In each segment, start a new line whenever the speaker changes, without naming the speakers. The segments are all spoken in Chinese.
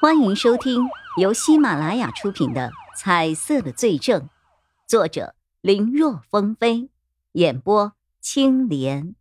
欢迎收听由喜马拉雅出品的《彩色的罪证》，作者林若风飞，演播青莲。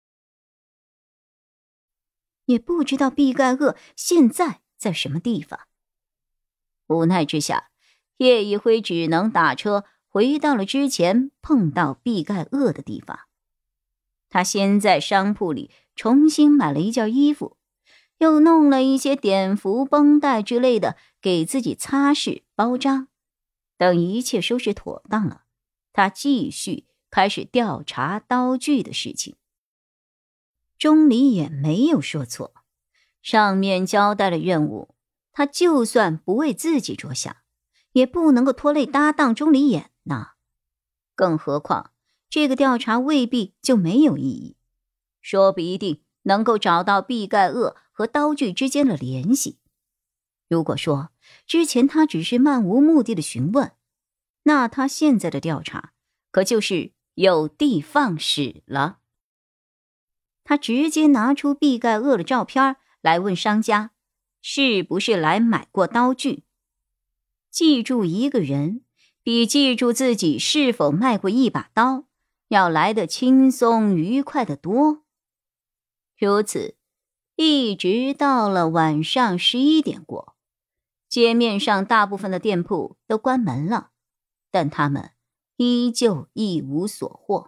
也不知道毕盖厄现在在什么地方。无奈之下，叶一辉只能打车回到了之前碰到毕盖厄的地方。他先在商铺里重新买了一件衣服，又弄了一些碘伏、绷带之类的给自己擦拭包扎。等一切收拾妥当了，他继续开始调查刀具的事情。钟离也没有说错，上面交代了任务，他就算不为自己着想，也不能够拖累搭档钟离眼呐。更何况这个调查未必就没有意义，说不一定能够找到毕盖厄和刀具之间的联系。如果说之前他只是漫无目的的询问，那他现在的调查可就是有的放矢了。他直接拿出毕盖厄的照片来问商家，是不是来买过刀具。记住一个人，比记住自己是否卖过一把刀要来得轻松愉快得多。如此一直到了晚上11点过，街面上大部分的店铺都关门了，但他们依旧一无所获。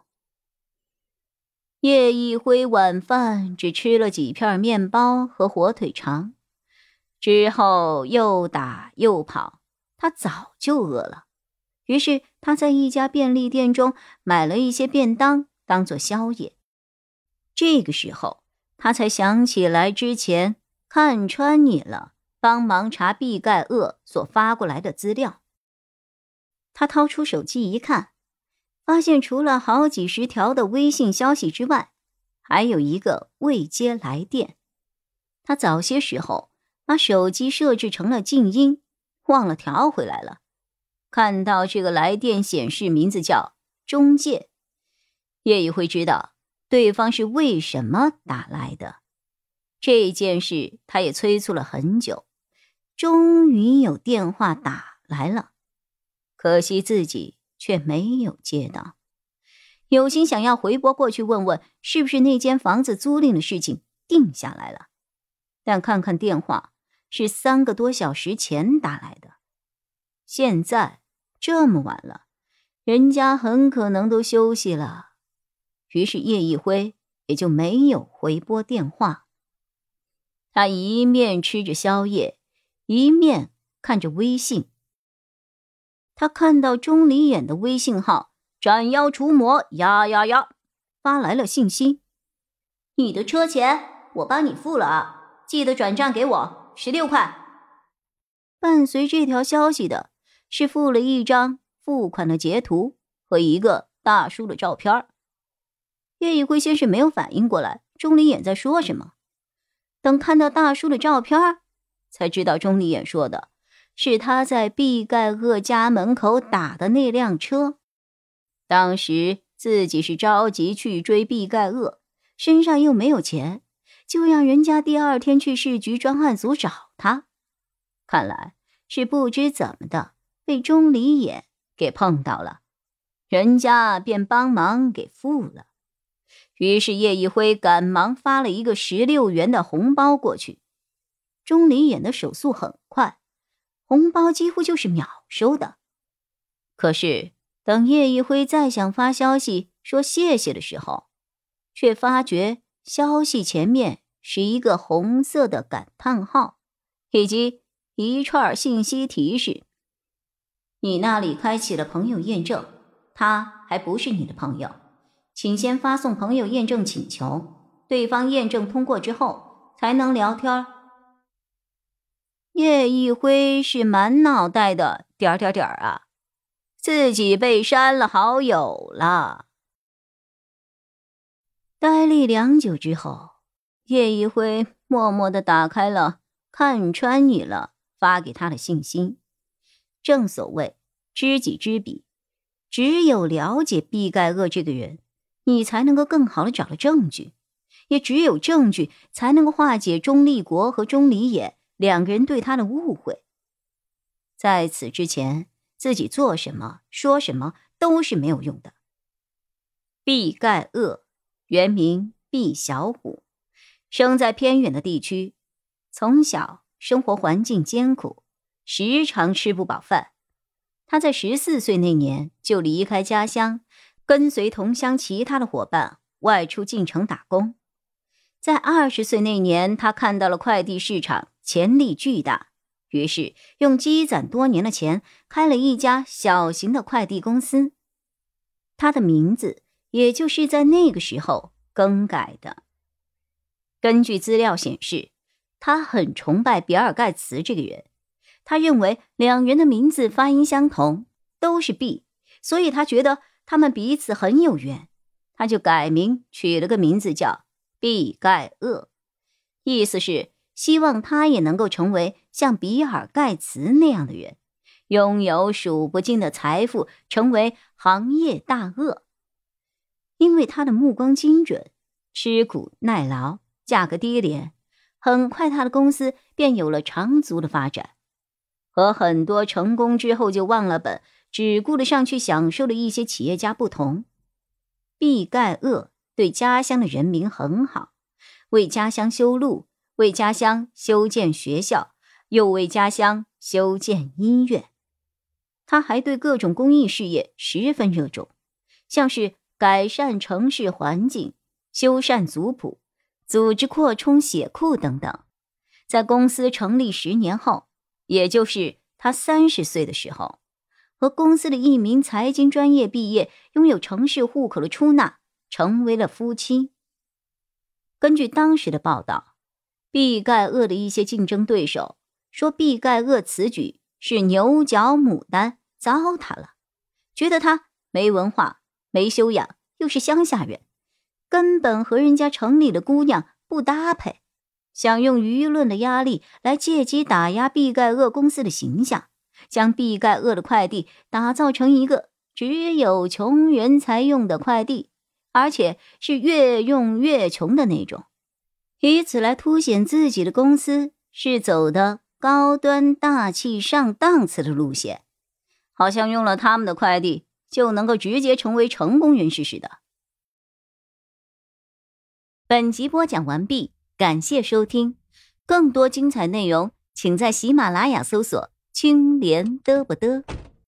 叶一辉晚饭只吃了几片面包和火腿肠，之后又打又跑，他早就饿了。于是他在一家便利店中买了一些便当当作宵夜。这个时候他才想起来之前看穿你了，帮忙查毕盖厄所发过来的资料。他掏出手机一看，发现除了好几十条的微信消息之外，还有一个未接来电。他早些时候把手机设置成了静音，忘了调回来了。看到这个来电显示名字叫中介，叶一辉知道对方是为什么打来的。这件事他也催促了很久，终于有电话打来了，可惜自己却没有接到。有心想要回拨过去问问是不是那间房子租赁的事情定下来了，但看看电话是3个多小时前打来的，现在这么晚了，人家很可能都休息了。于是叶一辉也就没有回拨电话。他一面吃着宵夜，一面看着微信。他看到钟离眼的微信号斩妖除魔呀呀呀发来了信息，你的车钱我帮你付了啊，记得转账给我16块。伴随这条消息的是附了一张付款的截图和一个大叔的照片。叶一辉先是没有反应过来钟离眼在说什么，等看到大叔的照片，才知道钟离眼说的是他在毕盖厄家门口打的那辆车。当时自己是着急去追毕盖厄，身上又没有钱，就让人家第2天去市局专案组找他。看来是不知怎么的被钟离眼给碰到了，人家便帮忙给付了。于是叶一辉赶忙发了一个16元的红包过去。钟离眼的手速很快，红包几乎就是秒收的。可是等叶一辉再想发消息说谢谢的时候，却发觉消息前面是一个红色的感叹号，以及一串信息提示：你那里开启了朋友验证，他还不是你的朋友，请先发送朋友验证请求，对方验证通过之后才能聊天。叶一辉是满脑袋的点啊，自己被删了好友了。呆立良久之后，叶一辉默默地打开了看穿你了发给他的信息。正所谓知己知彼，只有了解毕盖厄这个人，你才能够更好地找到证据，也只有证据才能够化解钟立国和钟离眼两个人对他的误会。在此之前，自己做什么说什么都是没有用的。毕盖厄，原名毕小虎，生在偏远的地区，从小生活环境艰苦，时常吃不饱饭。他在14岁那年就离开家乡，跟随同乡其他的伙伴外出进城打工。在20岁那年，他看到了快递市场潜力巨大，于是用积攒多年的钱开了一家小型的快递公司。他的名字也就是在那个时候更改的。根据资料显示，他很崇拜比尔盖茨这个人，他认为两人的名字发音相同，都是 B， 所以他觉得他们彼此很有缘，他就改名取了个名字叫毕盖厄，意思是希望他也能够成为像比尔盖茨那样的人，拥有数不尽的财富，成为行业大鳄。因为他的目光精准，吃苦耐劳，价格低廉，很快他的公司便有了长足的发展。和很多成功之后就忘了本，只顾着上去享受的一些企业家不同，毕盖厄对家乡的人民很好，为家乡修路，为家乡修建学校，又为家乡修建医院。他还对各种公益事业十分热衷，像是改善城市环境、修缮族谱、组织扩充血库等等。在公司成立10年后，也就是他30岁的时候，和公司的一名财经专业毕业、拥有城市户口的出纳成为了夫妻。根据当时的报道，毕盖厄的一些竞争对手说毕盖厄此举是牛角牡丹，糟蹋了，觉得他没文化、没修养，又是乡下人，根本和人家城里的姑娘不搭配，想用舆论的压力来借机打压毕盖厄公司的形象，将毕盖厄的快递打造成一个只有穷人才用的快递，而且是越用越穷的那种，以此来凸显自己的公司是走的高端大气上档次的路线，好像用了他们的快递就能够直接成为成功人士似的。本集播讲完毕，感谢收听，更多精彩内容请在喜马拉雅搜索青莲嘚不嘚。